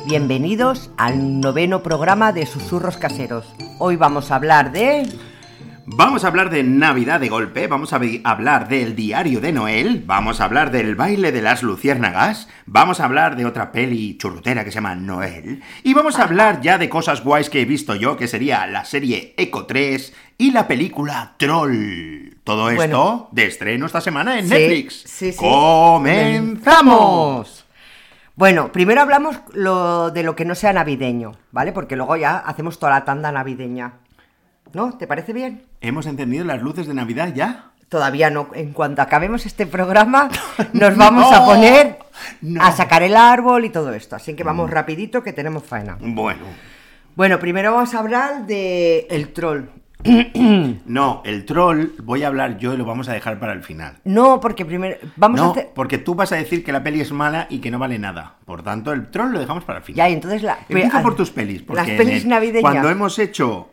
Bienvenidos al 9º programa de Susurros Caseros. Hoy vamos a hablar de... Vamos a hablar de Navidad de golpe, vamos a hablar del diario de Noel, vamos a hablar del baile de las luciérnagas, vamos a hablar de otra peli churrutera que se llama Noel, y vamos a hablar ya de cosas guays que he visto yo, que sería la serie Eco 3 y la película Troll. Todo esto de estreno esta semana en Netflix. Sí. ¡Comenzamos! Bueno, primero hablamos de lo que no sea navideño, ¿vale? Porque luego ya hacemos toda la tanda navideña. ¿No? ¿Te parece bien? ¿Hemos encendido las luces de Navidad ya? Todavía no. En cuanto acabemos este programa, nos vamos a poner a sacar el árbol y todo esto. Así que vamos rapidito, que tenemos faena. Bueno, primero vamos a hablar de el troll. No, el troll voy a hablar yo y lo vamos a dejar para el final. No, porque primero porque tú vas a decir que la peli es mala y que no vale nada. Por tanto, el troll lo dejamos para el final. Ya, y entonces Empieza por tus pelis. Porque las pelis navideñas. Cuando hemos hecho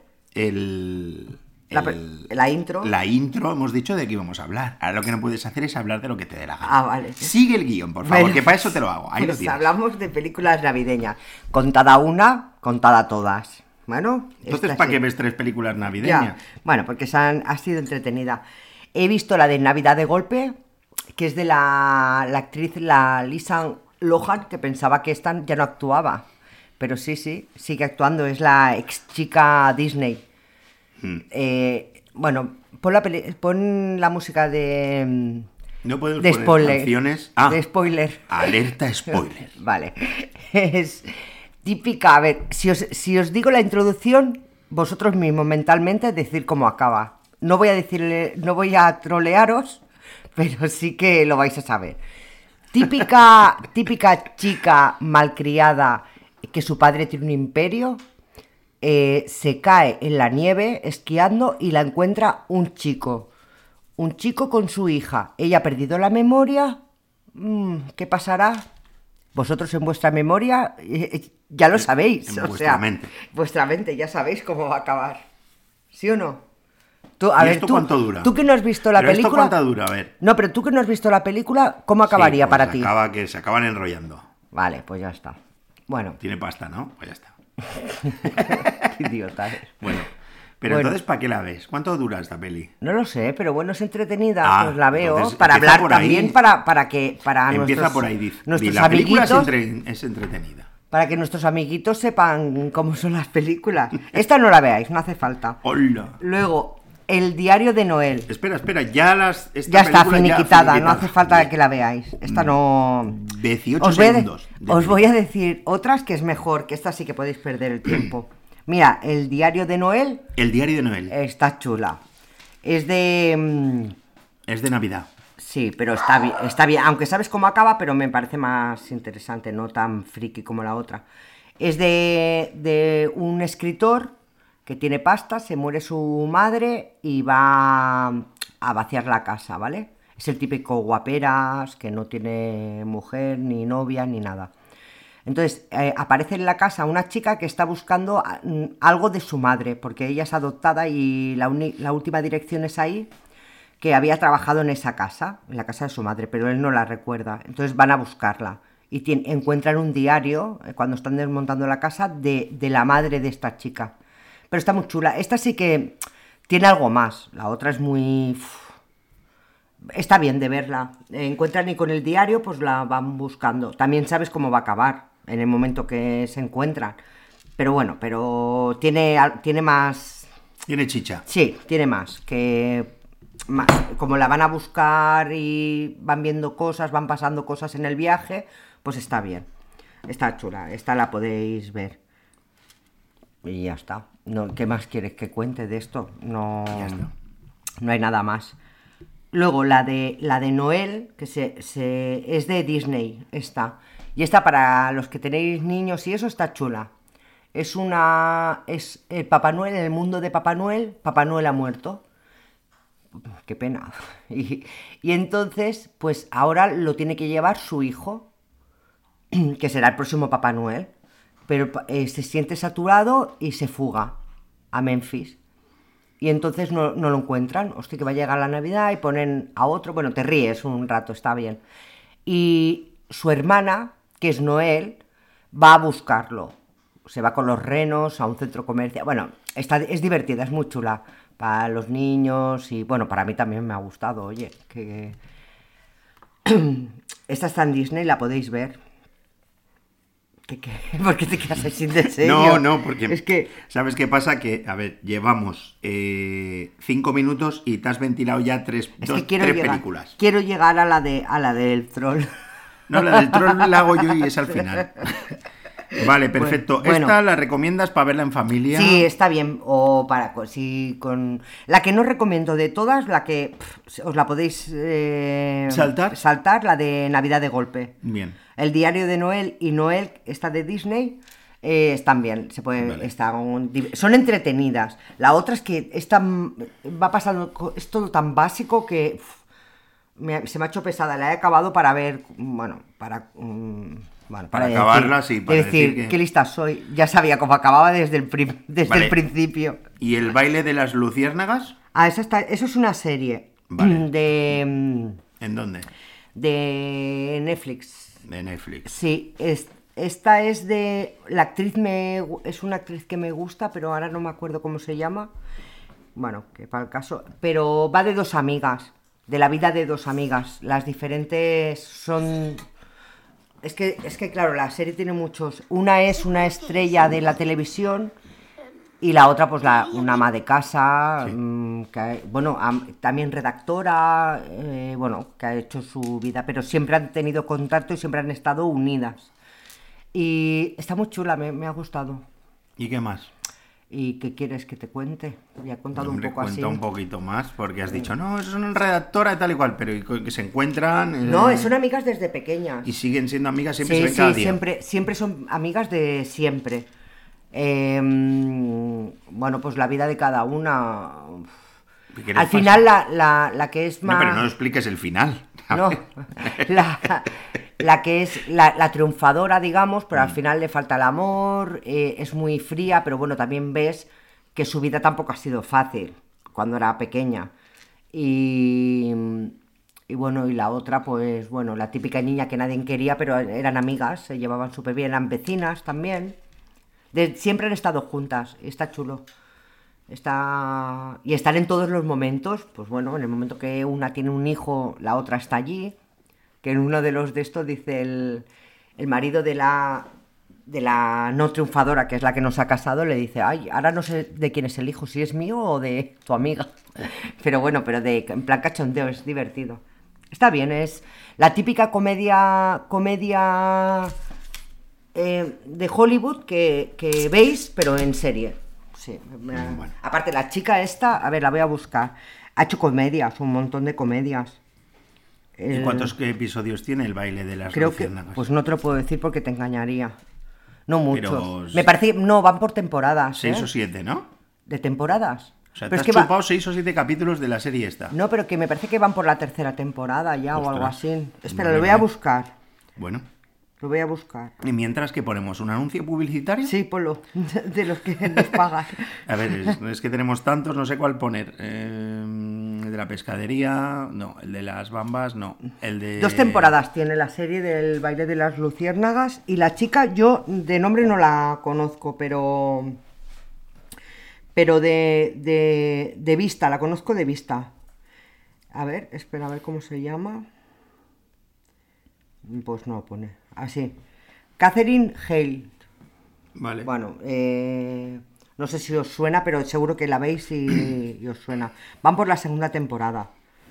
la intro, hemos dicho de qué íbamos a hablar. Ahora lo que no puedes hacer es hablar de lo que te dé la gana. Ah, vale. Sigue el guión, por favor, que para eso te lo hago. Ahí pues lo tienes. Hablamos de películas navideñas. Contada una, contada todas. Bueno, entonces, ¿para qué ves 3 películas navideñas? Ya. Bueno, porque ha sido entretenida. He visto la de Navidad de golpe, que es de la actriz, la Lindsay Lohan, que pensaba que esta ya no actuaba. Pero sí, sigue actuando. Es la ex chica Disney. Bueno, pon la música de... No puedes de poner spoiler, canciones. de spoiler. Alerta spoiler. Vale. Es típica. A ver, si os digo la introducción, vosotros mismos mentalmente decir cómo acaba. No voy a trolearos, pero sí que lo vais a saber. Típica chica malcriada que su padre tiene un imperio. Se cae en la nieve esquiando y la encuentra un chico con su hija. Ella ha perdido la memoria. ¿Qué pasará? Vosotros en vuestra memoria ya lo sabéis. Vuestra mente ya sabéis cómo va a acabar. ¿Sí o no? ¿Esto cuánto dura? Tú que no has visto la película... ¿Esto cuánto dura? A ver. No, pero tú que no has visto la película, ¿cómo acabaría para ti? Que se acaban enrollando. Vale, pues ya está. Bueno. Tiene pasta, ¿no? Pues ya está. Qué idiota eres. Bueno, pero entonces, ¿para qué la ves? ¿Cuánto dura esta peli? No lo sé, pero bueno, es entretenida, pues la veo para hablar también, para empieza por ahí, nuestros la película amiguitos es entretenida. Para que nuestros amiguitos sepan cómo son las películas. Esta no la veáis, no hace falta. ¡Hola! Luego, el diario de Noel. Espera, ya está finiquitada, no hace falta que la veáis. Esta no... 18 segundos. Os voy a decir otras que es mejor, que esta sí que podéis perder el tiempo. Mira, el diario de Noel. El diario de Noel. Está chula. Es de... Es de Navidad. Sí, pero está bien. Aunque sabes cómo acaba, pero me parece más interesante, no tan friki como la otra. Es de un escritor que tiene pasta, se muere su madre y va a vaciar la casa, ¿vale? Es el típico guaperas que no tiene mujer, ni novia, ni nada. Entonces, aparece en la casa una chica que está buscando algo de su madre, porque ella es adoptada y la última dirección es ahí, que había trabajado en esa casa, en la casa de su madre, pero él no la recuerda. Entonces van a buscarla y encuentran un diario, cuando están desmontando la casa, de la madre de esta chica. Pero está muy chula. Esta sí que tiene algo más. La otra es muy... Está bien de verla. Encuentran y con el diario pues la van buscando. También sabes cómo va a acabar en el momento que se encuentran. Pero bueno, tiene más... Tiene chicha. Sí, tiene más. Como la van a buscar y van viendo cosas, van pasando cosas en el viaje, pues está bien. Está chula. Esta la podéis ver. Y ya está. No, ¿qué más quieres que cuente de esto? No, ya está. No hay nada más. Luego la de Noel, que es de Disney, esta. Y esta para los que tenéis niños y eso está chula. Es el Papá Noel, en el mundo de Papá Noel ha muerto. Qué pena. Y entonces, pues ahora lo tiene que llevar su hijo, que será el próximo Papá Noel. Pero se siente saturado y se fuga a Memphis. Y entonces no lo encuentran. Hostia, que va a llegar la Navidad y ponen a otro. Bueno, te ríes un rato, está bien. Y su hermana, que es Noel, va a buscarlo. Se va con los renos a un centro comercial. Bueno, es divertida, es muy chula para los niños y bueno, para mí también me ha gustado, oye, que esta está en Disney, la podéis ver. ¿Por qué te quedas así de serio? No, porque es que... ¿Sabes qué pasa? Que, a ver, llevamos 5 minutos y te has ventilado ya tres películas. Quiero llegar a la del troll. No, la del troll la hago yo y es al final. Vale, perfecto. Bueno, ¿Esta la recomiendas para verla en familia? Sí, está bien. O para si con la que no recomiendo de todas, la que os la podéis saltar, la de Navidad de golpe. Bien. El diario de Noel y Noel, esta de Disney, están bien. Vale. Son entretenidas. La otra es que va pasando, es todo tan básico que se me ha hecho pesada. La he acabado para ver, para acabarla, sí. Para decir que... qué lista soy. Ya sabía cómo acababa desde el principio. ¿Y el baile de las luciérnagas? Eso es una serie. Vale. ¿En dónde? De Netflix. De Netflix. Sí, esta es de... La actriz es una actriz que me gusta, pero ahora no me acuerdo cómo se llama. Bueno, que para el caso... Pero va de dos amigas, de la vida de dos amigas. Las diferentes son... Es que claro, la serie tiene muchos... Una es una estrella de la televisión y la otra, pues, una ama de casa, sí. También redactora, que ha hecho su vida, pero siempre han tenido contacto y siempre han estado unidas. Y está muy chula, me ha gustado. ¿Y qué más? ¿Y qué quieres que te cuente? Ya he contado un poco así. Cuenta un poquito más, porque has dicho, no, es una redactora y tal y cual, pero que se encuentran... No, son amigas desde pequeñas. ¿Y siguen siendo amigas? Siempre se ven cada día. Siempre son amigas de siempre. Pues la vida de cada una... Al final la que es más... No, pero no expliques el final. No, la que es la triunfadora, digamos, pero al final le falta el amor, es muy fría, pero bueno, también ves que su vida tampoco ha sido fácil cuando era pequeña. Y la otra, pues bueno, la típica niña que nadie quería, pero eran amigas, se llevaban súper bien, eran vecinas también. Siempre han estado juntas, está chulo. Y estar en todos los momentos, pues bueno, en el momento que una tiene un hijo, la otra está allí, que en uno de los de estos dice el marido de la no triunfadora, que es la que nos ha casado, le dice, ay, ahora no sé de quién es el hijo, si es mío o de tu amiga. Pero bueno, en plan cachondeo, es divertido. Está bien, es la típica comedia de Hollywood que veis, pero en serie. Sí, bueno. Aparte, la chica esta, a ver, la voy a buscar. Ha hecho comedias, un montón de comedias. ¿Y cuántos episodios tiene el baile de las luciérnagas? Pues no te lo puedo decir porque te engañaría. No muchos. Pero... Me parece, no, van por temporadas. 6 o 7, ¿no? ¿De temporadas? O sea, pero te has chupado 6 o 7 capítulos de la serie esta. No, pero que me parece que van por la tercera temporada ya. Ostras. O algo así. Espera, vale, lo voy a buscar. Bueno. Lo voy a buscar. ¿Y mientras que ponemos un anuncio publicitario? Sí, ponlo, de los que nos pagan. A ver, es que tenemos tantos, no sé cuál poner. El de la pescadería, no. El de las bambas, no. El de... 2 temporadas tiene la serie del baile de las luciérnagas. Y la chica, yo de nombre no la conozco, pero de vista, la conozco de vista. A ver, espera, a ver cómo se llama. Pues no pone. Así. Catherine Hale. Vale. Bueno, no sé si os suena, pero seguro que la veis y os suena. Van por la segunda temporada.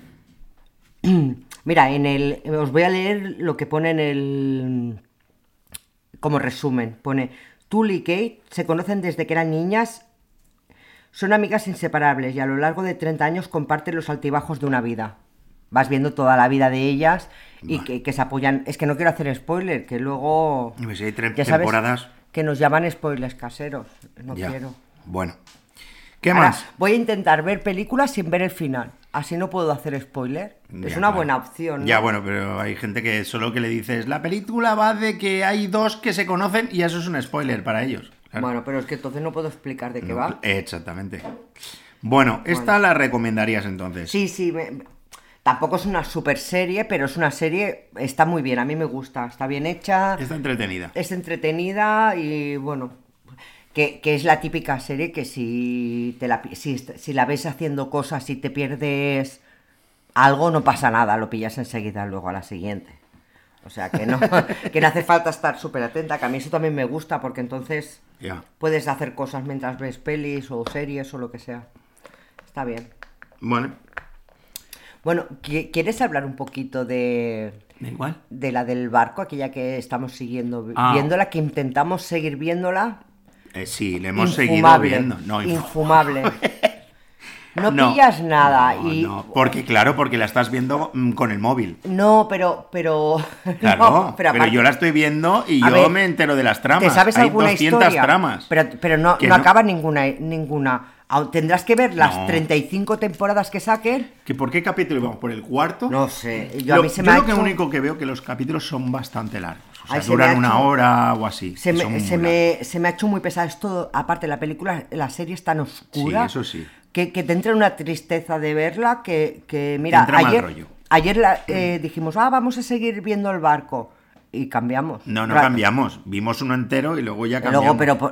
Mira, os voy a leer lo que pone como resumen. Pone, Tully y Kate se conocen desde que eran niñas, son amigas inseparables y a lo largo de 30 años comparten los altibajos de una vida. Vas viendo toda la vida de ellas y que se apoyan. Es que no quiero hacer spoiler, que luego... Y si hay 3 temporadas... Sabes que nos llaman spoilers caseros. No quiero. Bueno. ¿Qué más? Voy a intentar ver películas sin ver el final. Así no puedo hacer spoiler. Es una buena opción, ¿no? Ya, bueno, pero hay gente que solo que le dices, la película va de que hay 2 que se conocen y eso es un spoiler para ellos. Claro. Bueno, pero es que entonces no puedo explicar de qué va. Exactamente. Bueno, ¿esta la recomendarías entonces? Sí. Tampoco es una super serie, pero es una serie, está muy bien, a mí me gusta, está bien hecha, Está entretenida. es entretenida y bueno, que es la típica serie que si la ves haciendo cosas y te pierdes algo, no pasa nada, lo pillas enseguida luego a la siguiente. O sea, que no, que no hace falta estar súper atenta, que a mí eso también me gusta, porque entonces Ya. puedes hacer cosas mientras ves pelis o series o lo que sea. Está bien. Bueno, Bueno, ¿quieres hablar un poquito da igual. de la del barco, aquella que estamos siguiendo Ah. viéndola, que intentamos seguir viéndola? Sí, le hemos seguido Infumable, viendo. No, infumable. No No, pillas nada no, y... no, porque claro, porque la estás viendo con el móvil. No, pero... Claro, no, pero aparte- yo la estoy viendo y A yo ver, me entero de las tramas. ¿te sabes Hay alguna 200 historia? tramas. Pero no, Que no acaba ninguna. Tendrás que ver las No. 35 temporadas que saquen. ¿Que ¿Por qué capítulo vamos? ¿Por el cuarto? No sé, a mí se me yo ha lo que hecho- único que veo que los capítulos son bastante largos. O sea, Ay, se me ha duran una hecho- hora o así. Se Son muy largos. se me ha hecho muy pesado esto. Aparte, la película, la serie es tan oscura. Sí, eso sí. Que te entra una tristeza de verla que mira, Te entra mal rollo. ayer dijimos, vamos a seguir viendo el barco. Y cambiamos. No Ra- cambiamos. Vimos uno entero y luego ya Y cambiamos. luego, pero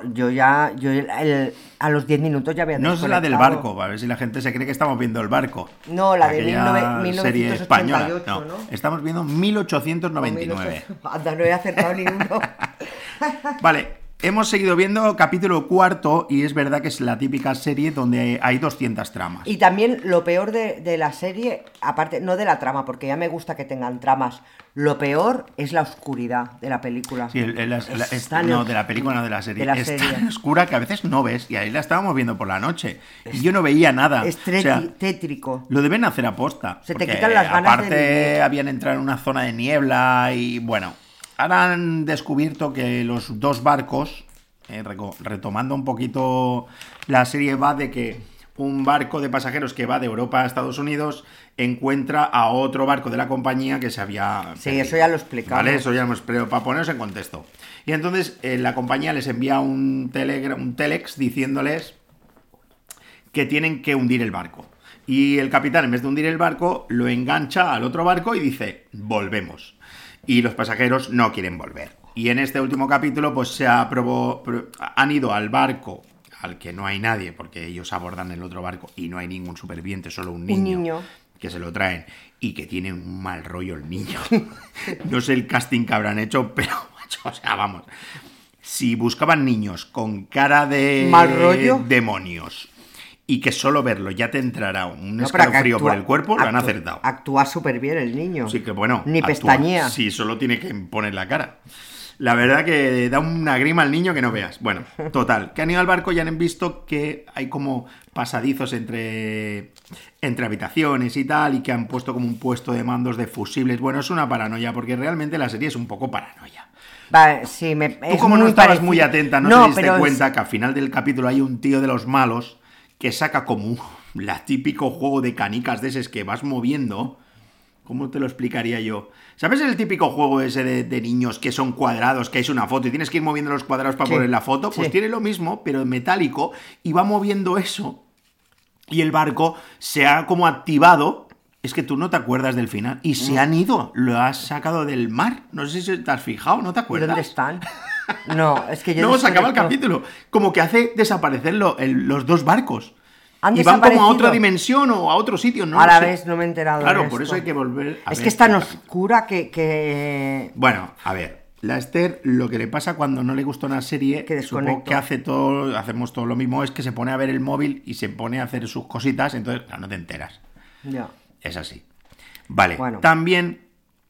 a los 10 minutos ya había No es la del desconectado. barco, a ver si la gente se cree que estamos viendo el barco. No, la de Aquella 1988, serie española. ¿no? Estamos viendo 1899. Anda, no he acertado ni uno. Vale, hemos seguido viendo capítulo cuarto y es verdad que es la típica serie donde hay 200 tramas. Y también lo peor de la serie, aparte, no de la trama, porque ya me gusta que tengan tramas, lo peor es la oscuridad de la película. Sí, no, de la película, no de la serie. de la Es serie. tan oscura que a veces no ves y ahí la estábamos viendo por la noche. Y yo no veía nada. Es O sea, tétrico. lo deben hacer aposta. Se te porque quitan las ganas de aparte vivir. habían entrado en una zona de niebla y bueno, ahora han descubierto que los dos barcos, retomando un poquito la serie, va de que un barco de pasajeros que va de Europa a Estados Unidos encuentra a otro barco de la compañía que se había Sí, perdido. eso ya lo explicamos. Vale, eso ya hemos, pero para poneros en contexto. Y entonces la compañía les envía un telex diciéndoles que tienen que hundir el barco. Y el capitán, en vez de hundir el barco, lo engancha al otro barco y dice, volvemos. Y los pasajeros no quieren volver. Y en este último capítulo, pues han ido al barco al que no hay nadie, porque ellos abordan el otro barco y no hay ningún superviviente, solo un niño. Que se lo traen y que tiene un mal rollo el niño. No sé el casting que habrán hecho, pero, o sea, vamos. Si buscaban niños con cara de ¿Mal rollo? demonios y que solo verlo ya te entrará un No, pero que escalofrío por actúa- el cuerpo, lo han actúa- acertado. Actúa súper bien el niño. Sí, que bueno. Ni actúa. pestañea. Sí, solo tiene que poner la cara. La verdad que da una grima al niño que no veas. Bueno, total, que han ido al barco y han visto que hay como pasadizos entre habitaciones y tal, y que han puesto como un puesto de mandos de fusibles. Bueno, es una paranoia, porque realmente la serie es un poco paranoia. Vale, sí, Tú como no estabas muy atenta, no te diste pero cuenta que al final del capítulo hay un tío de los malos que saca como la típico juego de canicas de esos que vas moviendo. ¿Cómo te lo explicaría yo? ¿Sabes el típico juego ese de niños que son cuadrados, que es una foto y tienes que ir moviendo los cuadrados para Sí, poner la foto? Pues sí. tiene lo mismo, pero en metálico, y va moviendo eso. Y el barco se ha como activado. Es que tú no te acuerdas del final. Y se han ido. Lo has sacado del mar. No sé si te has fijado, ¿no te ¿Y acuerdas? dónde están? No, es que yo No, se acaba el desconecto. capítulo. Como que hace desaparecer los dos barcos. ¿Han Y van como a desaparecido? otra dimensión o a otro sitio, ¿no? A la sé. vez no me he enterado. Claro, de por eso esto. hay que volver a Es ver que es tan el capítulo. oscura que... Bueno, a ver. La Esther, lo que le pasa cuando no le gusta una serie, Que supongo desconecto. que hacemos todo lo mismo, es que se pone a ver el móvil y se pone a hacer sus cositas, entonces claro, no te enteras. Ya. Es así. Vale, Bueno. también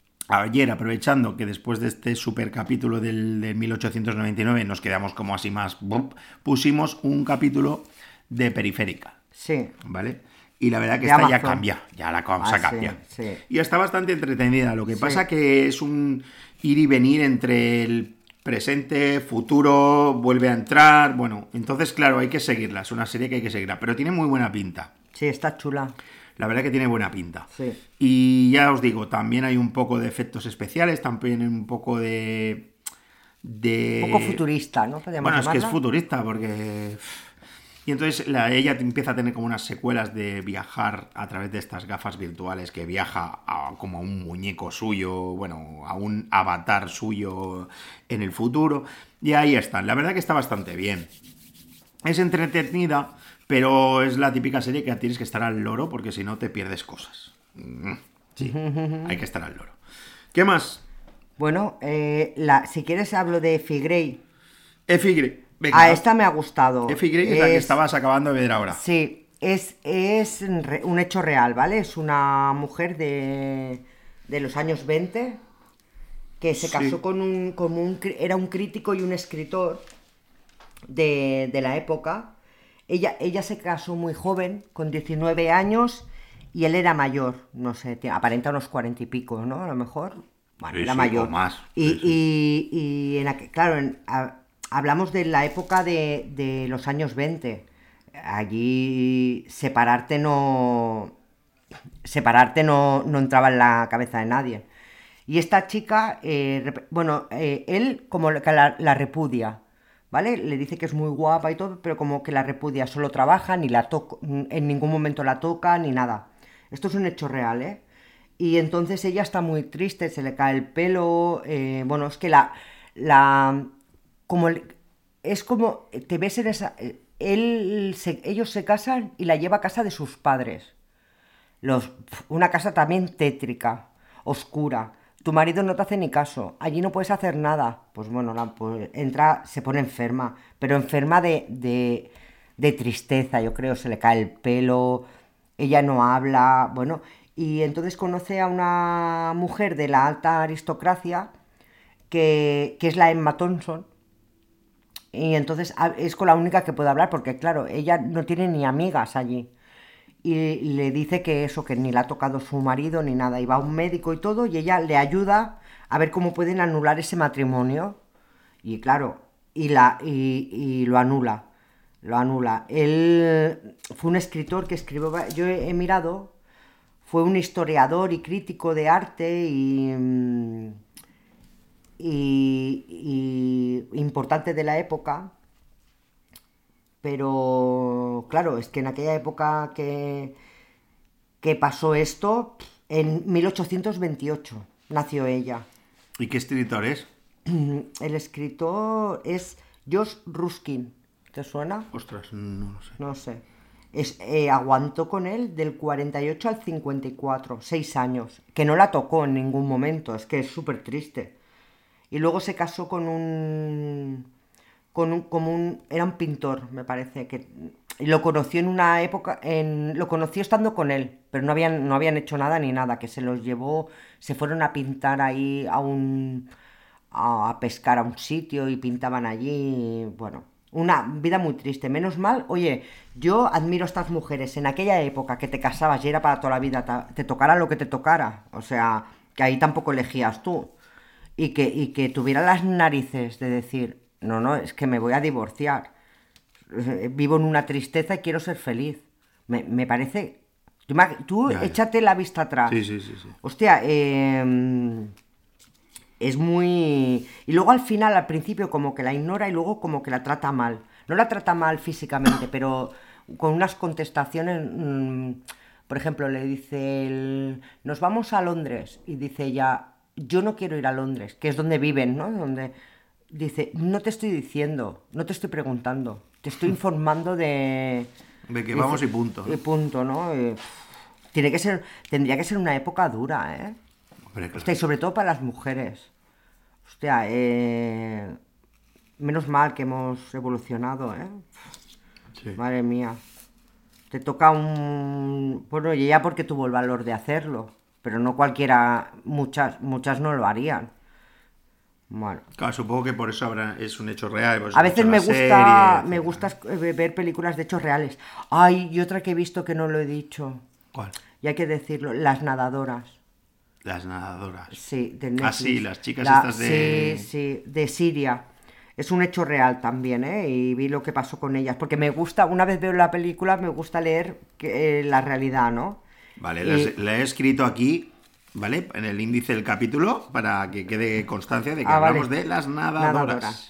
ayer, aprovechando que después de este super capítulo de 1899 nos quedamos como así más, pusimos un capítulo de Periférica, Sí. ¿vale? Y la verdad que De esta ya Amazon. cambia, ya la cosa Ah, cambia. sí, sí. Y está bastante entretenida, lo que pasa que es un ir y venir entre el presente, futuro, vuelve a entrar, bueno, entonces claro, hay que seguirla, es una serie que hay que seguirla, pero tiene muy buena pinta. Sí, está chula. La verdad que tiene buena pinta. Sí. Y ya os digo, también hay un poco de efectos especiales, también hay un poco de... Un poco futurista, ¿no? Podríamos Bueno, es que es llamarla. futurista porque... Y entonces ella empieza a tener como unas secuelas de viajar a través de estas gafas virtuales, que viaja como a un muñeco suyo, bueno, a un avatar suyo en el futuro. Y ahí están. La verdad que está bastante bien. Es entretenida, pero es la típica serie que tienes que estar al loro porque si no te pierdes cosas. Sí, hay que estar al loro. ¿Qué más? Bueno, si quieres hablo de Effie Gray. Effie Gray. Venga. Esta me ha gustado. Effie Gray es la que estabas acabando de ver ahora. Sí, es un hecho real, ¿vale? Es una mujer de los años 20 que se casó era un crítico y un escritor de la época. Ella se casó muy joven, con 19 años, y él era mayor, no sé, aparenta unos 40 y pico, ¿no? A lo mejor. Bueno, sí, era mayor. O más. Y claro, hablamos de la época de los años 20. Allí separarte no entraba en la cabeza de nadie. Y esta chica, él como que la repudia, ¿vale? Le dice que es muy guapa y todo, pero como que la repudia, solo trabaja, ni la toca, en ningún momento la toca, ni nada. Esto es un hecho real, ¿eh? Y entonces ella está muy triste, se le cae el pelo, bueno, es que es como, te ves en esa, ellos se casan y la lleva a casa de sus padres. Una casa también tétrica, oscura. Tu marido no te hace ni caso, allí no puedes hacer nada. Pues bueno, entra, se pone enferma, pero enferma de tristeza, yo creo, se le cae el pelo, ella no habla, bueno, y entonces conoce a una mujer de la alta aristocracia que es la Emma Thompson, y entonces es con la única que puede hablar, porque claro, ella no tiene ni amigas allí. Y le dice que eso, que ni le ha tocado su marido ni nada, y va a un médico y todo, y ella le ayuda a ver cómo pueden anular ese matrimonio. Y claro, y lo anula. Él fue un escritor que escribió, yo he mirado, fue un historiador y crítico de arte y importante de la época. Pero claro, es que en aquella época que pasó esto, en 1828 nació ella. ¿Y qué escritor es? El escritor es Josh Ruskin. ¿Te suena? Ostras, no lo sé. No sé. Aguantó con él del 48 al 54, 6 años. Que no la tocó en ningún momento, es que es súper triste. Y luego se casó con era un pintor, me parece, que lo conoció en una época, lo conoció estando con él, pero no habían hecho nada ni nada, que se los llevó, se fueron a pintar ahí a pescar a un sitio y pintaban allí, bueno, una vida muy triste. Menos mal, oye, yo admiro a estas mujeres, en aquella época que te casabas y era para toda la vida, te tocara lo que te tocara, o sea, que ahí tampoco elegías tú, y que tuviera las narices de decir: no, es que me voy a divorciar. Vivo en una tristeza y quiero ser feliz. Me parece... Tú Ya. échate la vista atrás. Sí. Hostia, es muy... Y luego al final, al principio, como que la ignora y luego como que la trata mal. No la trata mal físicamente, pero con unas contestaciones... por ejemplo, le dice nos vamos a Londres. Y dice ella: yo no quiero ir a Londres, que es donde viven, ¿no? Dice: no te estoy diciendo, no te estoy preguntando, te estoy informando de que vamos y punto, ¿no? Y punto, ¿no? Tendría que ser una época dura, ¿eh? Hombre, claro. Hostia, y sobre todo para las mujeres. Hostia, menos mal que hemos evolucionado, ¿eh? Sí. Madre mía. Te toca Bueno, y ella porque tuvo el valor de hacerlo, pero no cualquiera, muchas no lo harían. Bueno. Claro, supongo que por eso es un hecho real. Pues A veces me serie, gusta ver películas de hechos reales. Ay, y otra que he visto que no lo he dicho. ¿Cuál? Y hay que decirlo: Las nadadoras. Las nadadoras. Sí, de Netflix. Ah, sí, las chicas estas de... Sí, de Siria. Es un hecho real también, ¿eh? Y vi lo que pasó con ellas. Porque me gusta, una vez veo la película, me gusta leer la realidad, ¿no? Vale, la he escrito aquí, ¿vale? En el índice del capítulo, para que quede constancia de que hablamos vale. de las nadadoras.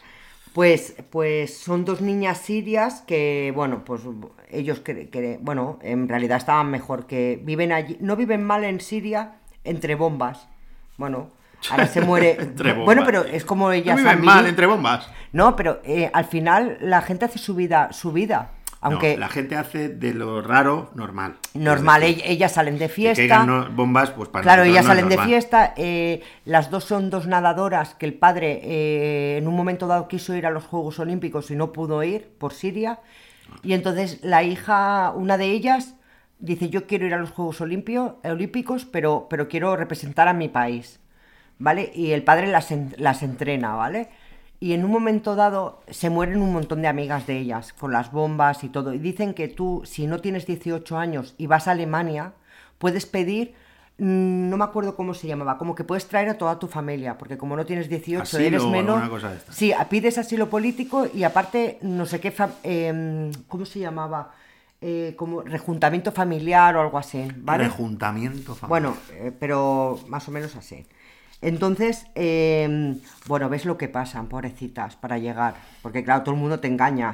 Pues son dos niñas sirias que, bueno, pues ellos bueno, en realidad estaban mejor, que viven allí, no viven mal en Siria entre bombas. Bueno, ahora se muere. Entre Bueno, bombas. pero es como No ellas han viven mal vivido. entre bombas. No, pero al final la gente hace su vida. No, Aunque la gente hace de lo raro normal. Es normal, decir, ellas salen de que caigan fiesta. bombas, pues para Claro, nosotros ellas no es salen de normal. fiesta, las dos son dos nadadoras que el padre en un momento dado quiso ir a los Juegos Olímpicos y no pudo ir por Siria. Y entonces la hija, una de ellas, dice yo quiero ir a los Juegos Olímpicos, pero quiero representar a mi país, ¿vale? Y el padre las entrena, ¿vale? Y en un momento dado se mueren un montón de amigas de ellas, con las bombas y todo. Y dicen que tú, si no tienes 18 años y vas a Alemania, puedes pedir, no me acuerdo cómo se llamaba, como que puedes traer a toda tu familia, porque como no tienes 18, eres Asilo o menor. alguna cosa de esta. Sí, pides asilo político y aparte, no sé qué, ¿cómo se llamaba? Como rejuntamiento familiar o algo así, ¿vale? Rejuntamiento familiar. Bueno, pero más o menos así. Entonces, bueno, ves lo que pasan, pobrecitas, para llegar. Porque claro, todo el mundo te engaña.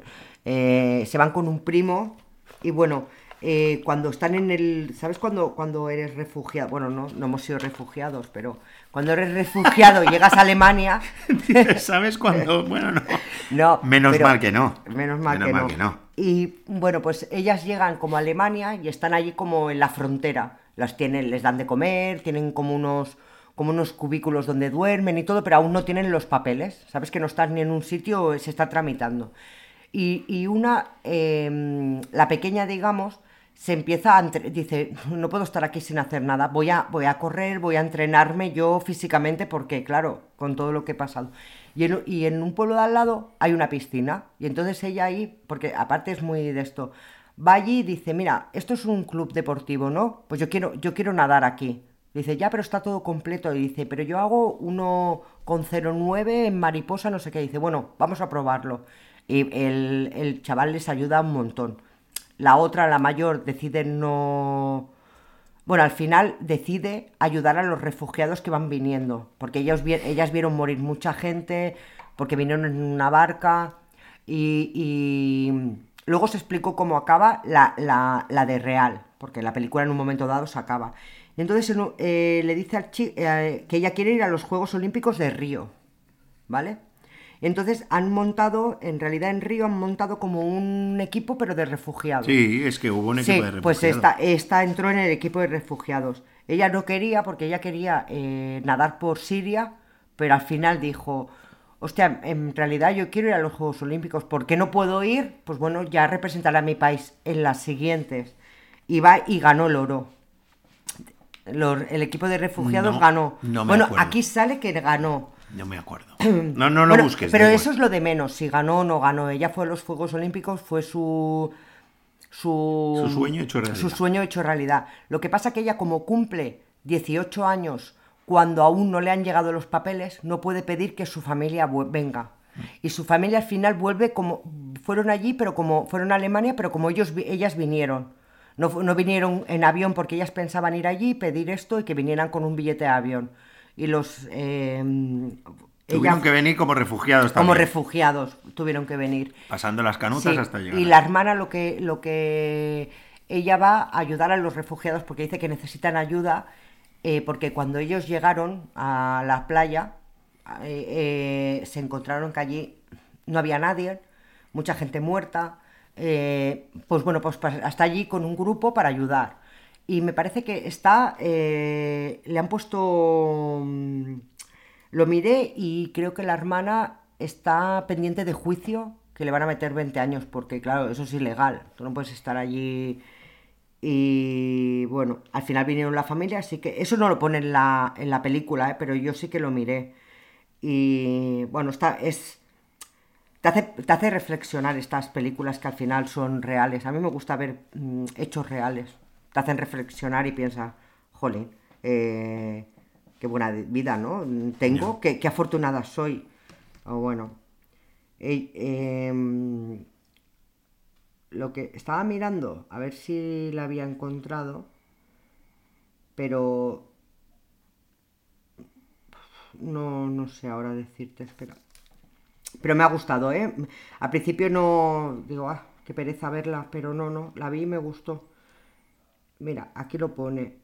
Se van con un primo y bueno, cuando están en el... ¿Sabes cuando eres refugiado? Bueno, no hemos sido refugiados, pero cuando eres refugiado y llegas a Alemania... ¿Sabes cuándo? Bueno, no. No, Menos pero mal que no. menos mal Menos que mal no. que no. Y bueno, pues ellas llegan como a Alemania y están allí como en la frontera. Las tienen, les dan de comer, tienen como unos cubículos donde duermen y todo, pero aún no tienen los papeles. Sabes que no están ni en un sitio, se está tramitando. Y una, la pequeña, digamos, se empieza dice, no puedo estar aquí sin hacer nada, voy a correr, voy a entrenarme yo físicamente porque, claro, con todo lo que he pasado. Y en un pueblo de al lado hay una piscina. Y entonces ella ahí, porque aparte es muy de esto, va allí y dice, mira, esto es un club deportivo, ¿no? Pues yo quiero nadar aquí. Dice, ya, pero está todo completo. Y dice, pero yo hago 1,09 en mariposa, no sé qué. Dice, bueno, vamos a probarlo. Y el chaval les ayuda un montón. La otra, la mayor, decide no... Bueno, al final decide ayudar a los refugiados que van viniendo, porque ellas vieron morir mucha gente, porque vinieron en una barca y luego se explicó cómo acaba la de real, porque la película en un momento dado se acaba. Y entonces le dice al chico que ella quiere ir a los Juegos Olímpicos de Río, ¿vale? Entonces han montado, en realidad en Río han montado como un equipo pero de refugiados. Sí, es que hubo un equipo de Sí, pues refugiados. esta entró en el equipo de refugiados. Ella no quería porque ella quería nadar por Siria, pero al final dijo, hostia, en realidad yo quiero ir a los Juegos Olímpicos, ¿por qué no puedo ir? Pues bueno, ya representaré a mi país en las siguientes. Y va y ganó el oro. El equipo de refugiados No, ganó. no me Bueno, acuerdo. aquí sale que ganó. No me acuerdo. No, no lo Bueno, busques, da pero igual. eso es lo de menos, si ganó o no ganó. Ella fue a los Juegos Olímpicos, fue Su su, sueño hecho su realidad. sueño hecho realidad. Lo que pasa que ella como cumple 18 años cuando aún no le han llegado los papeles, no puede pedir que su familia venga. Y su familia al final vuelve como... Fueron allí, pero como... Fueron a Alemania, pero como ellas vinieron. No vinieron en avión porque ellas pensaban ir allí, pedir esto y que vinieran con un billete de avión. Y Tuvieron ella que venir como refugiados como también. refugiados tuvieron que venir. Pasando las canutas Sí, hasta llegar y la allí. hermana lo que ella va a ayudar a los refugiados porque dice que necesitan ayuda porque cuando ellos llegaron a la playa se encontraron que allí no había nadie, mucha gente muerta, pues bueno, pues hasta allí con un grupo para ayudar. Y me parece que le han puesto... Lo miré y creo que la hermana está pendiente de juicio, que le van a meter 20 años, porque claro, eso es ilegal. Tú no puedes estar allí. Y bueno, al final vinieron la familia, así que eso no lo pone en la película, pero yo sí que lo miré. Y bueno, te hace reflexionar estas películas que al final son reales. A mí me gusta ver hechos reales. Te hacen reflexionar y piensas, jolín, qué buena vida, ¿no? Ya. Tengo, qué afortunada soy. O bueno, eh, em, lo que estaba mirando, a ver si la había encontrado, pero no sé ahora decirte, espera. Pero me ha gustado, ¿eh? Al principio no... Digo, qué pereza verla, pero no, la vi y me gustó. Mira, aquí lo pone.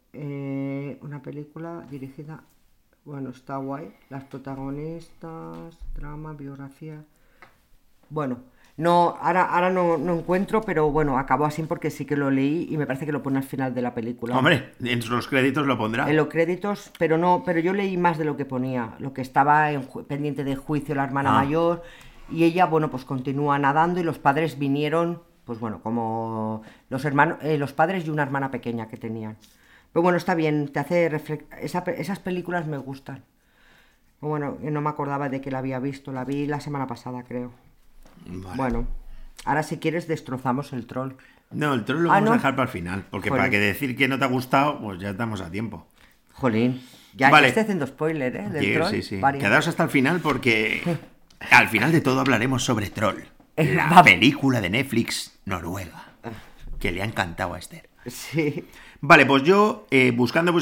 Una película dirigida... Bueno, está guay. Las protagonistas, drama, biografía... Bueno, no, ahora no encuentro, pero bueno, acabó así porque sí que lo leí y me parece que lo pone al final de la película. Hombre, en los créditos lo pondrá. En los créditos, pero yo leí más de lo que ponía. Lo que estaba pendiente de juicio la hermana mayor y ella, bueno, pues continúa nadando y los padres vinieron, pues bueno, como los padres y una hermana pequeña que tenían. Pero bueno, está bien, te hace esas películas me gustan. Bueno, no me acordaba de que la había visto, la vi la semana pasada, creo. Vale. Bueno, ahora si quieres destrozamos el troll. No, el troll lo vamos a dejar para el final, porque para que decir que no te ha gustado, pues ya estamos a tiempo. Jolín, ya estoy haciendo spoiler, ¿eh? Del troll. Sí. Quedaos hasta el final porque al final de todo hablaremos sobre Troll, la película de Netflix noruega, que le ha encantado a Esther. Sí. Vale, pues yo buscando,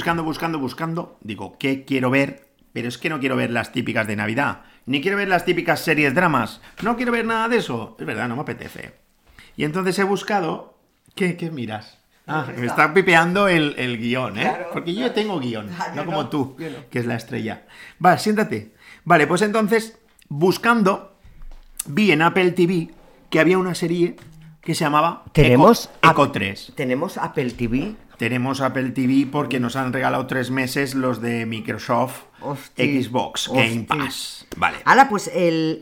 digo, ¿qué quiero ver? Pero es que no quiero ver las típicas de Navidad, ni quiero ver las típicas series dramas, no quiero ver nada de eso. Es verdad, no me apetece. Y entonces he buscado... ¿Qué miras? Me está pipeando el guión, ¿eh? Claro, porque yo tengo guión, no como tú, que es la estrella. Vale, siéntate. Vale, pues entonces, buscando, vi en Apple TV que había una serie que se llamaba Echo 3. ¿Tenemos Apple TV? Tenemos Apple TV porque nos han regalado 3 meses los de Microsoft Xbox Game Pass. Vale. Ahora, pues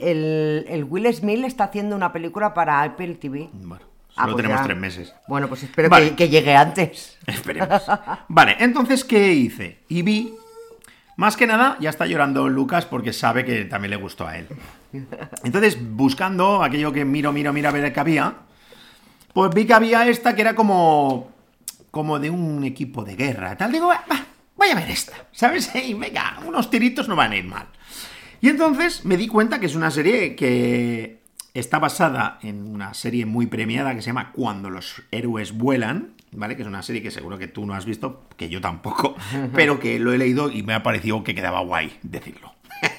el Will Smith está haciendo una película para Apple TV. Bueno, solo pues tenemos ya. 3 meses. Bueno, pues espero que llegue antes. Esperemos. Vale, entonces, ¿qué hice? Y vi... Más que nada, ya está llorando Lucas porque sabe que también le gustó a él. Entonces, buscando aquello que miro a ver qué había, pues vi que había esta que era como de un equipo de guerra. Tal, digo, voy a ver esta, ¿sabes? Y venga, unos tiritos no van a ir mal. Y entonces me di cuenta que es una serie que está basada en una serie muy premiada que se llama Cuando los héroes vuelan, ¿vale? Que es una serie que seguro que tú no has visto, que yo tampoco, pero que lo he leído y me ha parecido que quedaba guay decirlo.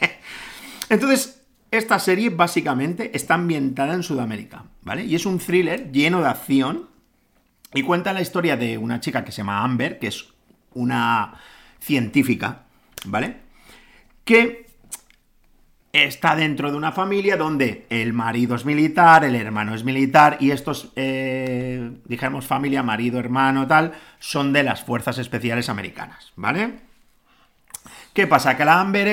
Entonces, esta serie básicamente está ambientada en Sudamérica, ¿vale? Y es un thriller lleno de acción y cuenta la historia de una chica que se llama Amber, que es una científica, ¿vale? Que está dentro de una familia donde el marido es militar, el hermano es militar y estos, dijéramos familia, marido, hermano, tal, son de las fuerzas especiales americanas, ¿vale? ¿Qué pasa? Que la Amber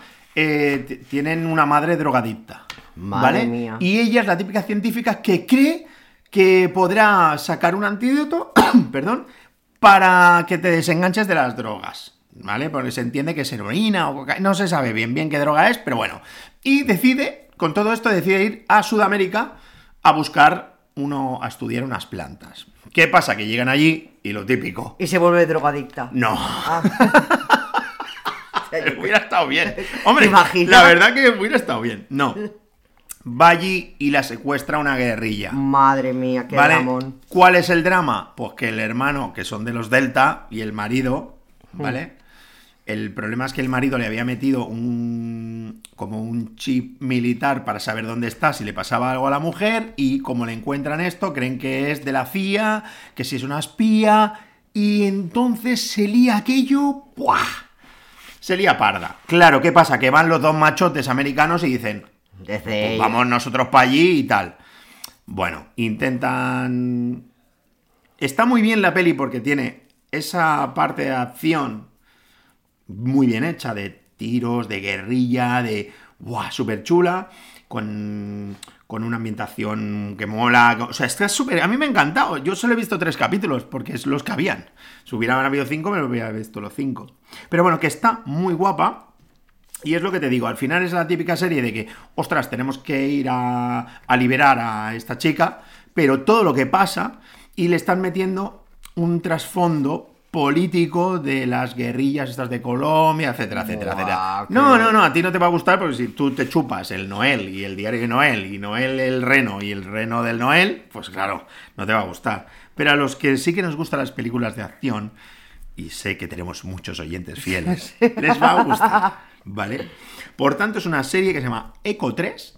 tienen una madre drogadicta, ¿vale? Madre mía. Y ella es la típica científica que cree que podrá sacar un antídoto, perdón, para que te desenganches de las drogas. ¿Vale? Porque se entiende que es heroína o cocaína, no se sabe bien qué droga es, pero bueno. Y con todo esto decide ir a Sudamérica a buscar a estudiar unas plantas. ¿Qué pasa? Que llegan allí y lo típico. Y se vuelve drogadicta. No. Hubiera estado bien. Hombre, ¿Te la verdad que hubiera estado bien. No. Va allí y la secuestra una guerrilla. Madre mía, qué dramón. ¿Cuál es el drama? Pues que el hermano, que son de los Delta, y el marido, ¿vale? El problema es que el marido le había metido como un chip militar para saber dónde está, si le pasaba algo a la mujer, y como le encuentran esto, creen que es de la CIA, que si es una espía, y entonces se lía aquello, ¡buah! Se lía parda. Claro, ¿qué pasa? Que van los dos machotes americanos y dicen, pues vamos nosotros para allí y tal. Bueno, intentan... Está muy bien la peli porque tiene esa parte de acción muy bien hecha, de tiros, de guerrilla, de... ¡buah! Súper chula, con una ambientación que mola. O sea, está súper... A mí me ha encantado. Yo solo he visto 3 capítulos, porque es los que habían. Si hubieran habido 5, me lo hubiera visto los 5. Pero bueno, que está muy guapa. Y es lo que te digo, al final es la típica serie de que, ostras, tenemos que ir a liberar a esta chica, pero todo lo que pasa, y le están metiendo un trasfondo político de las guerrillas estas de Colombia, etcétera, etcétera, etcétera. No, a ti no te va a gustar porque si tú te chupas el Noel y el diario de Noel y Noel el reno y el reno del Noel, pues claro, no te va a gustar. Pero a los que sí que nos gustan las películas de acción, y sé que tenemos muchos oyentes fieles, les va a gustar, ¿vale? Por tanto, es una serie que se llama Echo 3,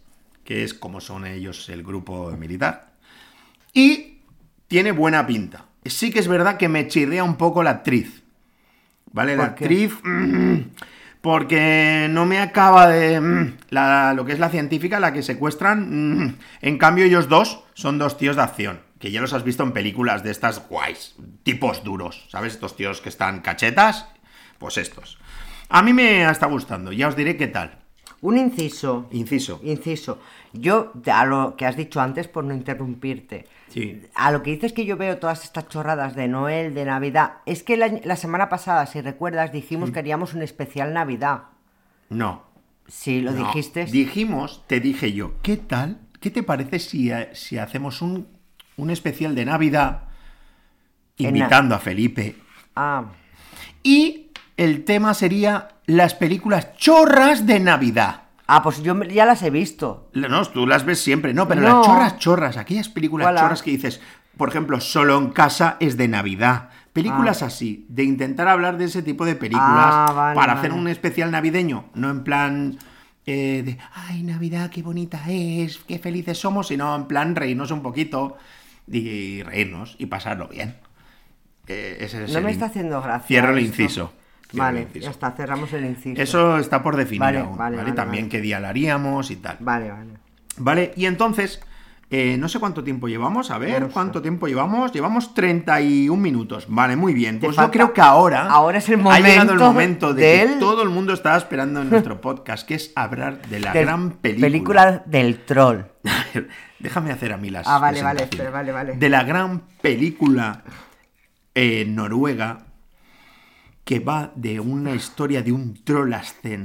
que es como son ellos el grupo militar. Y tiene buena pinta. Sí que es verdad que me chirría un poco la actriz. ¿Vale? La actriz... porque no me acaba de... lo que es la científica, la que secuestran... En cambio, ellos dos son dos tíos de acción, que ya los has visto en películas de estas guays, tipos duros, ¿sabes? Estos tíos que están cachetas, pues estos. A mí me está gustando, ya os diré qué tal. Un inciso. Inciso. Yo, a lo que has dicho antes, por no interrumpirte, Sí. a lo que dices que yo veo todas estas chorradas de Noel, de Navidad, es que la semana pasada, si recuerdas, dijimos que haríamos un especial Navidad. No. Sí, lo No. dijiste. Dijimos, te dije yo, ¿qué tal? ¿Qué te parece si hacemos un especial de Navidad invitando a Felipe? Ah, Y el tema sería las películas chorras de Navidad. pues yo ya las he visto. No, tú las ves siempre, no, pero No. las chorras, aquellas películas Hola. chorras que dices, por ejemplo, Solo en casa es de Navidad. Películas así, de intentar hablar de ese tipo de películas Vale, para vale. hacer un especial navideño, no en plan de, ay, Navidad, qué bonita es, qué felices somos, sino en plan reírnos un poquito y reírnos y pasarlo bien. Ese es No el me está haciendo gracia. Cierro el esto. inciso. Cierro el Vale, inciso. ya está, cerramos el inciso. Eso está por definir Vale, aún, vale, ¿vale? vale, También vale. qué día lo haríamos y tal. Vale. Vale, y entonces, no sé cuánto tiempo llevamos, a ver, No sé. ¿cuánto tiempo llevamos? Llevamos 31 minutos, vale, muy bien. Te Pues falta- yo creo que ahora Ahora es el ha llegado el momento momento de que del- todo el mundo estaba esperando en nuestro podcast, que es hablar de la Del- gran película. Película del troll. Déjame hacer a mí las Vale, presentaciones. espera, vale. De la gran película noruega que va de una historia de un troll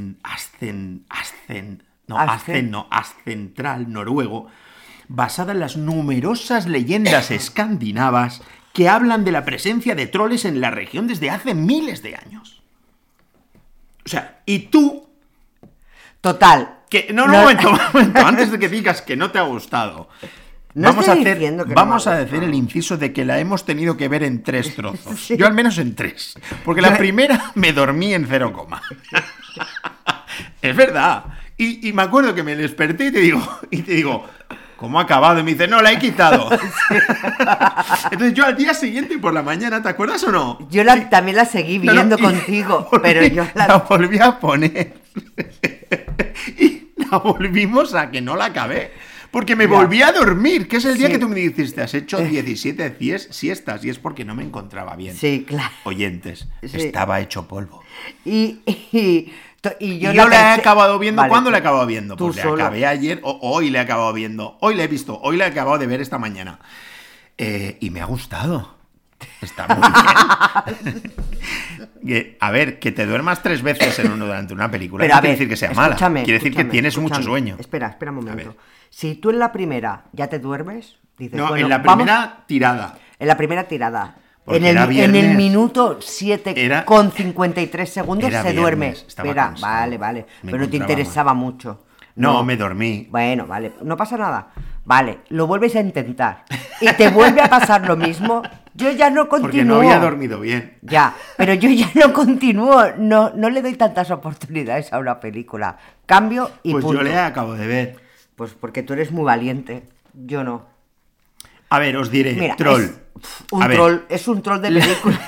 ascentral noruego, basada en las numerosas leyendas escandinavas que hablan de la presencia de troles en la región desde hace miles de años. O sea, y tú... Total. Un momento, antes de que digas que no te ha gustado. No Vamos a estoy hacer, diciendo que no vamos me ha a decir el inciso de que la hemos tenido que ver en 3 trozos. Sí. Yo al menos en 3. Porque la primera me dormí en 0, es verdad. Y me acuerdo que me desperté y te digo, ¿cómo ha acabado? Y me dice, no, la he quitado. Entonces yo al día siguiente por la mañana, ¿te acuerdas o no? Yo también la seguí No, viendo y contigo, volví- pero yo la volví a poner. Y la volvimos a que no la acabé. Porque me Ya. volví a dormir, que es el día Sí. que tú me dijiste, has hecho 17 siestas, y es porque no me encontraba bien. Sí, claro. Oyentes, Sí. estaba hecho polvo. Y yo Y yo la he acabado viendo, Vale, ¿cuándo la he acabado viendo? tú Pues la solo. acabé ayer, o hoy la he acabado viendo, hoy la he visto, hoy la he acabado de ver esta mañana. Y me ha gustado. Está muy bien. A ver, que te duermas 3 veces durante una película Pero no a quiere ver, decir que sea mala. escúchame, Quiere decir que escúchame, tienes mucho escúchame. sueño. Espera un A momento. ver. Si tú en la primera ya te duermes, dices, No, bueno, en la vamos- primera tirada. en la primera tirada. Porque En el, era en viernes. el minuto 7 Era- con 53 segundos Era se duerme. viernes, estaba Espera, cansado. vale. Me Pero te encontraba interesaba mucho. No, me dormí. Bueno, vale, no pasa nada. Vale, lo vuelves a intentar. Y te vuelve a pasar lo mismo. Yo ya no continúo. Porque no había dormido bien. Ya, pero yo ya no continúo. No le doy tantas oportunidades a una película. Cambio y Pues punto. yo le acabo de ver. Pues porque tú eres muy valiente. Yo no. A ver, os diré, Mira, troll. es un troll de película.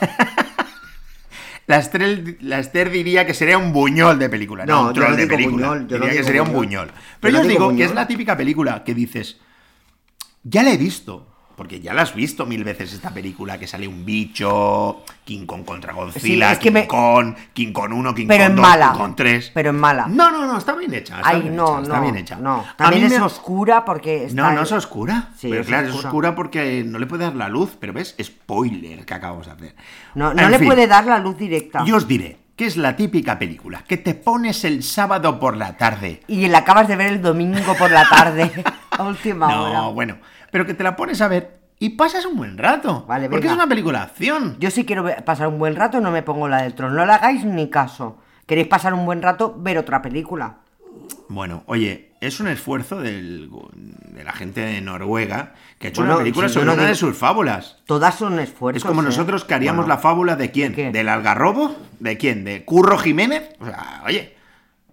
La Esther diría que sería un buñol de película, no, No, un yo troll no de digo película. buñol, yo no Diría que digo sería un buñol. buñol. Pero Yo yo no os digo digo que es buñol. la típica película que dices, ya la he visto, porque ya la has visto 1000 veces esta película, que sale un bicho, King Kong contra Godzilla, Sí, es que King Kong 1, King Pero Kong en 2, mala. King Kong 3. Pero en mala. No, está bien hecha. Está Ay, bien no, hecha, está no. bien hecha. No, A también mí es me- oscura porque está. No es oscura. Sí, pero es claro, oscura. es oscura porque no le puede dar la luz, pero ves, spoiler que acabamos de hacer. No En le fin, puede dar la luz directa. Yo os diré que es la típica película que te pones el sábado por la tarde. Y la acabas de ver el domingo por la tarde. A última hora. No, bueno, pero que te la pones a ver y pasas un buen rato. Vale, porque venga. es una película de acción. Yo si quiero pasar un buen rato, no me pongo la del trono. No le hagáis ni caso. ¿Queréis pasar un buen rato? Ver otra película. Bueno, oye, es un esfuerzo de la gente de Noruega que ha hecho Bueno, una película si yo sobre no una de digo- sus fábulas. Todas son esfuerzos. Es como ¿eh? nosotros que haríamos Bueno, la fábula de quién, ¿Qué? del Algarrobo, de quién, de Curro Jiménez. O sea, oye,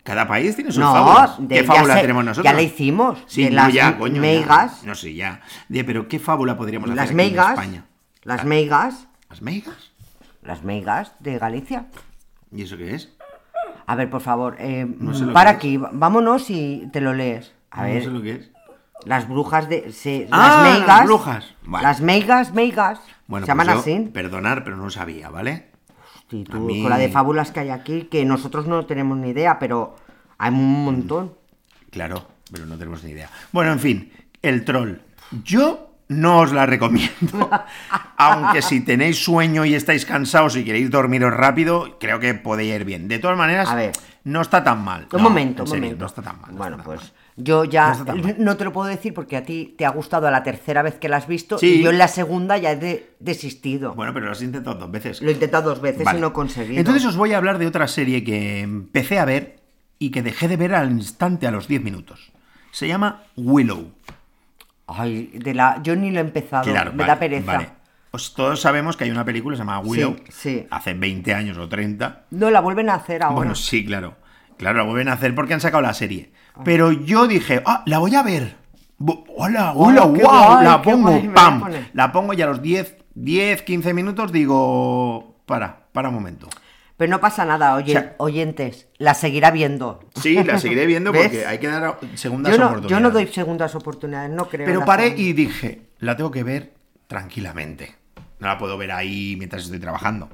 Cada país tiene sus No, fábulas. de- ¿Qué ya fábula sé, tenemos nosotros? ya la hicimos, Sí, de no, las ya, coño, ya. meigas. No sé, ya. Pero ¿qué fábula podríamos Las hacer aquí meigas. en España? Las meigas. ¿Las meigas? Las meigas de Galicia. ¿Y eso qué es? A ver, por favor, No sé lo para que es. aquí, vámonos y te lo lees. A No ver, sé lo que es. las brujas de... sí, Ah, las meigas. las brujas. Vale. Las meigas. Bueno, se llaman pues yo, así. perdonar, pero no sabía, ¿vale? Sí, a tú, mí- con la de fábulas que hay aquí, que nosotros no tenemos ni idea, pero hay un montón. Claro, pero no tenemos ni idea. Bueno, en fin, el troll. Yo no os la recomiendo. Aunque si tenéis sueño y estáis cansados y queréis dormiros rápido, creo que podéis ir bien. De todas maneras, A ver. no está tan mal. Un No, momento, en un serio, momento. no está tan mal. no Bueno, está tan pues mal. yo ya No está tan mal. no te lo puedo decir porque a ti te ha gustado a la tercera vez que la has visto Sí. y yo en la segunda ya he desistido. Bueno, pero lo has intentado 2 veces. Lo he intentado 2 veces Vale. y no he conseguido. Entonces os voy a hablar de otra serie que empecé a ver y que dejé de ver al instante a los 10 minutos. Se llama Willow. Ay, yo ni lo he empezado, Claro, me vale, da pereza. vale. Pues todos sabemos que hay una película que se llama Willow. sí. Hace 20 años o 30. No, la vuelven a hacer ahora. Bueno, sí, claro. Claro, la vuelven a hacer porque han sacado la serie. Pero yo dije, la voy a ver. Hola, Willow, qué wow, guay, la qué pongo, guay, me la pam. pones. La pongo y a los 10, 15 minutos digo, para un momento. Pero no pasa nada, O sea- oyentes, la seguirá viendo. Sí, la seguiré viendo ¿Ves? porque hay que dar segundas Yo no oportunidades. doy segundas oportunidades, no creo. en Pero la paré segunda. y dije, la tengo que ver tranquilamente. No la puedo ver ahí mientras estoy trabajando.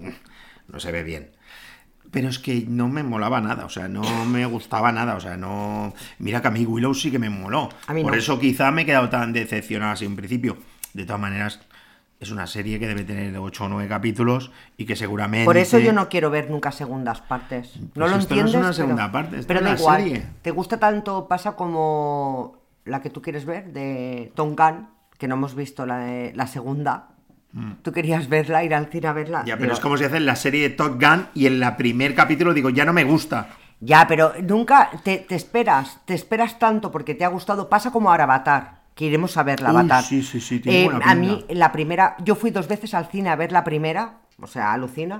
No se ve bien. Pero es que no me molaba nada, o sea, no me gustaba nada, o sea, no... Mira que a mí Willow sí que me moló. A mí Por no. eso quizá me he quedado tan decepcionado así en principio. De todas maneras, es una serie que debe tener 8 o 9 capítulos y que seguramente... Por eso yo no quiero ver nunca segundas partes. ¿No Pues lo esto no es entiendes? una segunda parte, esto pero es da la igual. serie. ¿Te gusta tanto pasa como la que tú quieres ver de Tom Gunn, que no hemos visto la segunda? Tú querías verla, ir al cine a verla. Ya, pero Digo, es como si hacen la serie de Top Gun y en la primer capítulo digo, ya no me gusta. Ya, pero nunca te esperas tanto porque te ha gustado. Pasa como ahora Avatar, que iremos a ver la Uy, Avatar. sí, tiene buena a pinta. mí, la primera, yo fui 2 veces al cine a ver la primera, o sea, alucina.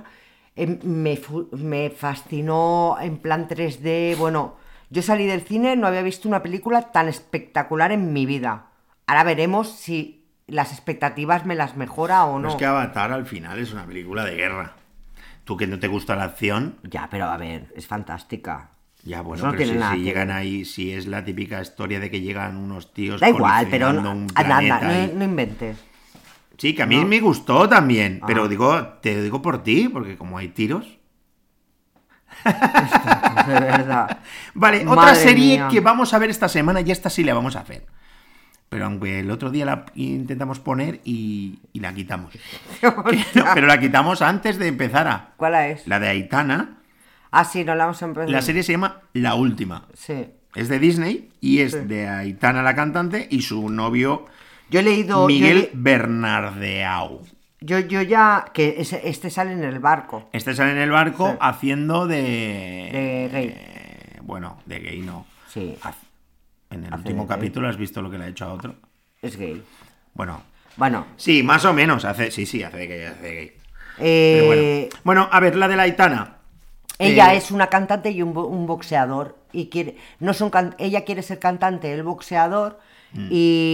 Me fascinó en plan 3D. Bueno, yo salí del cine, no había visto una película tan espectacular en mi vida. Ahora veremos si las expectativas me las mejora o no. Es que Avatar al final es una película de guerra. Tú que no te gusta la acción, Ya, pero a ver, es fantástica. ya bueno, Eso no pero tiene si, nada si que llegan ver. ahí, si es la típica historia de que llegan unos tíos Da igual, pero colisionando un anda, planeta y- no inventes. Sí, que a mí me gustó también, pero Ah. te digo por ti, porque como hay tiros... De verdad. Vale, otra Madre serie mía. que vamos a ver esta semana y esta sí la vamos a hacer. Pero aunque el otro día la intentamos poner y la quitamos. Pero la quitamos antes de empezar a... ¿Cuál es? La de Aitana. Ah, sí, no la vamos a empezar. La serie se llama La Última. Sí. Es de Disney y es Sí. de Aitana la cantante y su novio Yo he leído. Miguel Bernardeau. Yo ya. Que este sale en el barco. Este sale en el barco Sí. haciendo De gay. Bueno, de gay no. Sí, En el Hace último de gay. capítulo has visto lo que le ha hecho a otro. es gay. Bueno, Bueno. sí, más o menos. Hace de gay, hace de gay. Pero eh, bueno, a ver, la de la Aitana. Ella Eh, es una cantante y un boxeador. Y ella quiere ser cantante, él boxeador. Mm.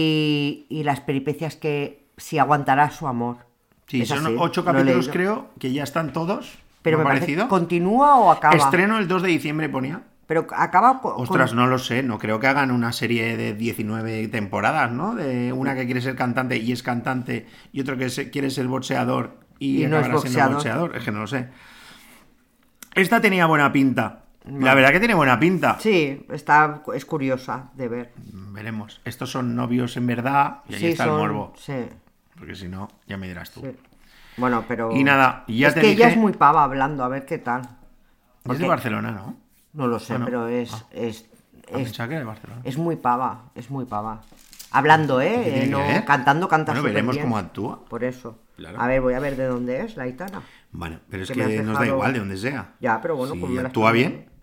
Y las peripecias que. Si aguantará su amor. Sí, Es son así, 8 lo he capítulos, leído. creo, que ya están todos. Pero ¿Me me ha parece. parecido? ¿Continúa o acaba? Estreno el 2 de diciembre, ponía. Pero acaba Ostras, no lo sé, no creo que hagan una serie de 19 temporadas, ¿no? De una que quiere ser cantante y es cantante y otro que quiere ser boxeador y Y no es acabará siendo boxeador. boxeador, es que no lo sé. Esta tenía buena pinta. La verdad que tiene buena pinta. Sí, es curiosa de ver. Veremos. Estos son novios en verdad y ahí Sí, está el morbo. Sí, Porque si no, ya me dirás tú. sí. Bueno, pero... Y nada, ya es te que ella dije- es muy pava hablando, a ver qué tal. Es Porque- de Barcelona, ¿no? No lo sé, Ah, no. pero es Pensaba que era de Barcelona. es muy pava, es muy pava. Hablando, ¿Qué tiene no, que ver? cantando, canta Bueno, súper veremos bien. cómo actúa. Por eso. Claro. A ver, voy a ver de dónde es la Aitana. Vale, pero es Que me has que nos da dejado- igual de donde sea. Ya, pero bueno, si como me las actúa preguntas. bien.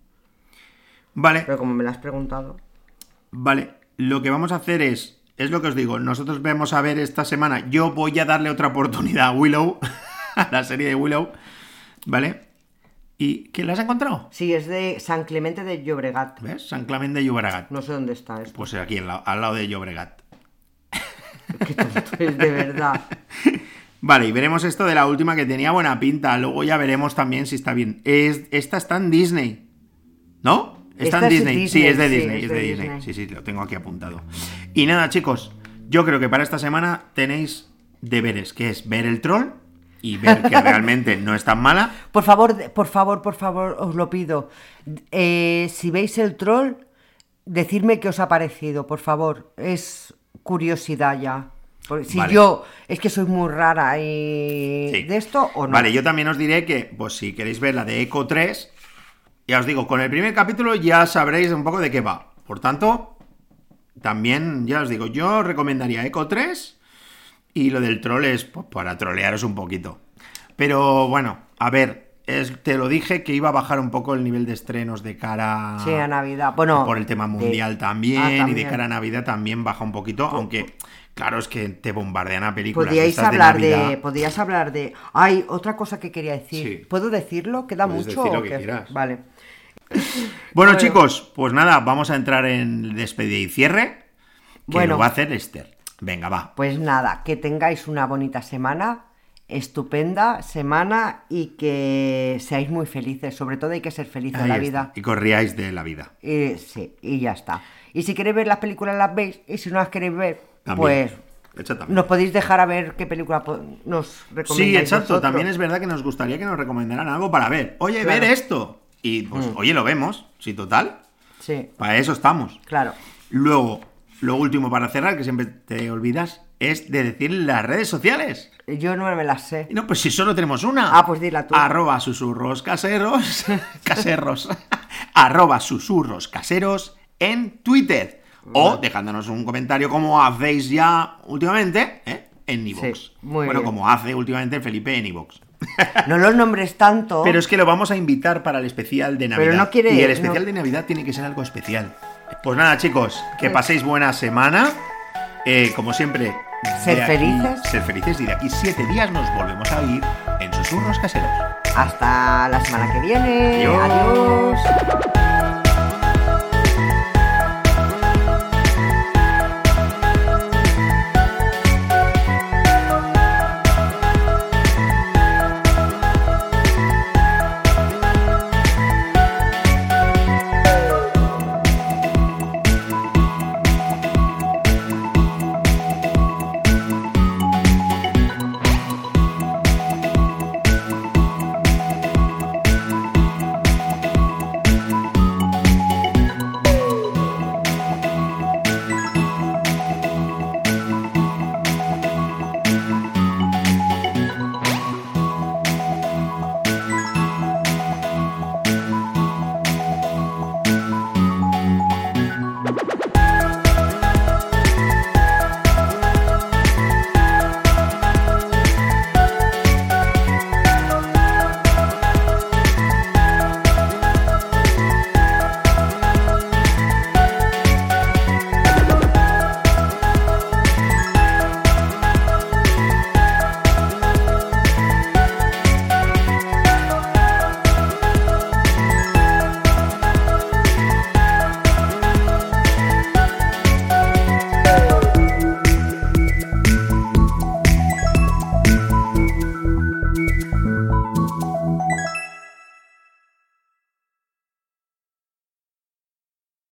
Vale, Pero como me la has preguntado... vale. Lo que vamos a hacer es lo que os digo, nosotros vamos a ver esta semana, yo voy a darle otra oportunidad a Willow, a la serie de Willow, ¿vale? ¿Y qué la has encontrado? Sí, es de San Clemente de Llobregat. ¿Ves? San Clemente de Llobregat. No sé dónde está esto. Pues aquí, al lado de Llobregat. Qué tonto es, de verdad. Vale, y veremos esto de la última que tenía buena pinta. Luego ya veremos también si está bien. Esta está en Disney, ¿no? Está en Disney. Sí, es de Disney. Es de Disney. Sí, lo tengo aquí apuntado. Y nada, chicos, yo creo que para esta semana tenéis deberes, que es ver el troll y ver que realmente no es tan mala. Por favor, os lo pido. Si veis el troll, decidme qué os ha parecido, por favor. Es curiosidad ya. Porque si vale. yo es que soy muy rara y Sí. de esto o no. Vale, yo también os diré que, pues si queréis ver la de Echo 3, ya os digo, con el primer capítulo ya sabréis un poco de qué va. Por tanto, también, ya os digo, yo recomendaría Echo 3 y lo del troll es pues, para trolearos un poquito. Pero bueno, a ver, te lo dije que iba a bajar un poco el nivel de estrenos de cara Sí, a Navidad. Bueno, por el tema mundial también, también, y de cara a Navidad también baja un poquito, aunque claro, es que te bombardean a películas Podíais estas hablar de Navidad. podías hablar de. Ay, otra cosa que quería decir. Sí. ¿Puedo decirlo? ¿Queda Puedes mucho? decir lo o que qué? quieras. Vale. Bueno, chicos, pues nada, vamos a entrar en despedida y cierre, que Bueno. lo va a hacer Esther. Venga, va. Pues nada, que tengáis una bonita semana, estupenda semana y que seáis muy felices. Sobre todo hay que ser feliz en Ahí la está. vida. Y corríais de la vida. Sí, y ya está. Y si queréis ver las películas las veis, y si no las queréis ver, También. pues Exactamente. nos podéis dejar a ver qué película nos recomendáis. Sí, exacto. vosotros. También es verdad que nos gustaría que nos recomendaran algo para ver. Oye, Claro. ver esto. Y pues, oye, lo vemos. Sí, total. Sí, Para eso estamos. claro. Luego, lo último para cerrar, que siempre te olvidas, es de decir las redes sociales. Yo no me las sé. No, pues si solo tenemos una. Ah, pues dila tú. @susurros caseros. caseros. @susurros caseros en Twitter. O dejándonos un comentario como hacéis ya últimamente, en iVoox. Sí, muy bueno, bien. como hace últimamente Felipe en iVoox. No los nombres tanto. Pero es que lo vamos a invitar para el especial de Navidad. Pero no quiere- y el especial no- de Navidad tiene que ser algo especial. Pues nada, chicos, que paséis buena semana. Como siempre, Ser de aquí- felices. Ser felices, y de aquí 7 días nos volvemos a oír en Susurros Caseros. Hasta la semana que viene. Adiós. Adiós.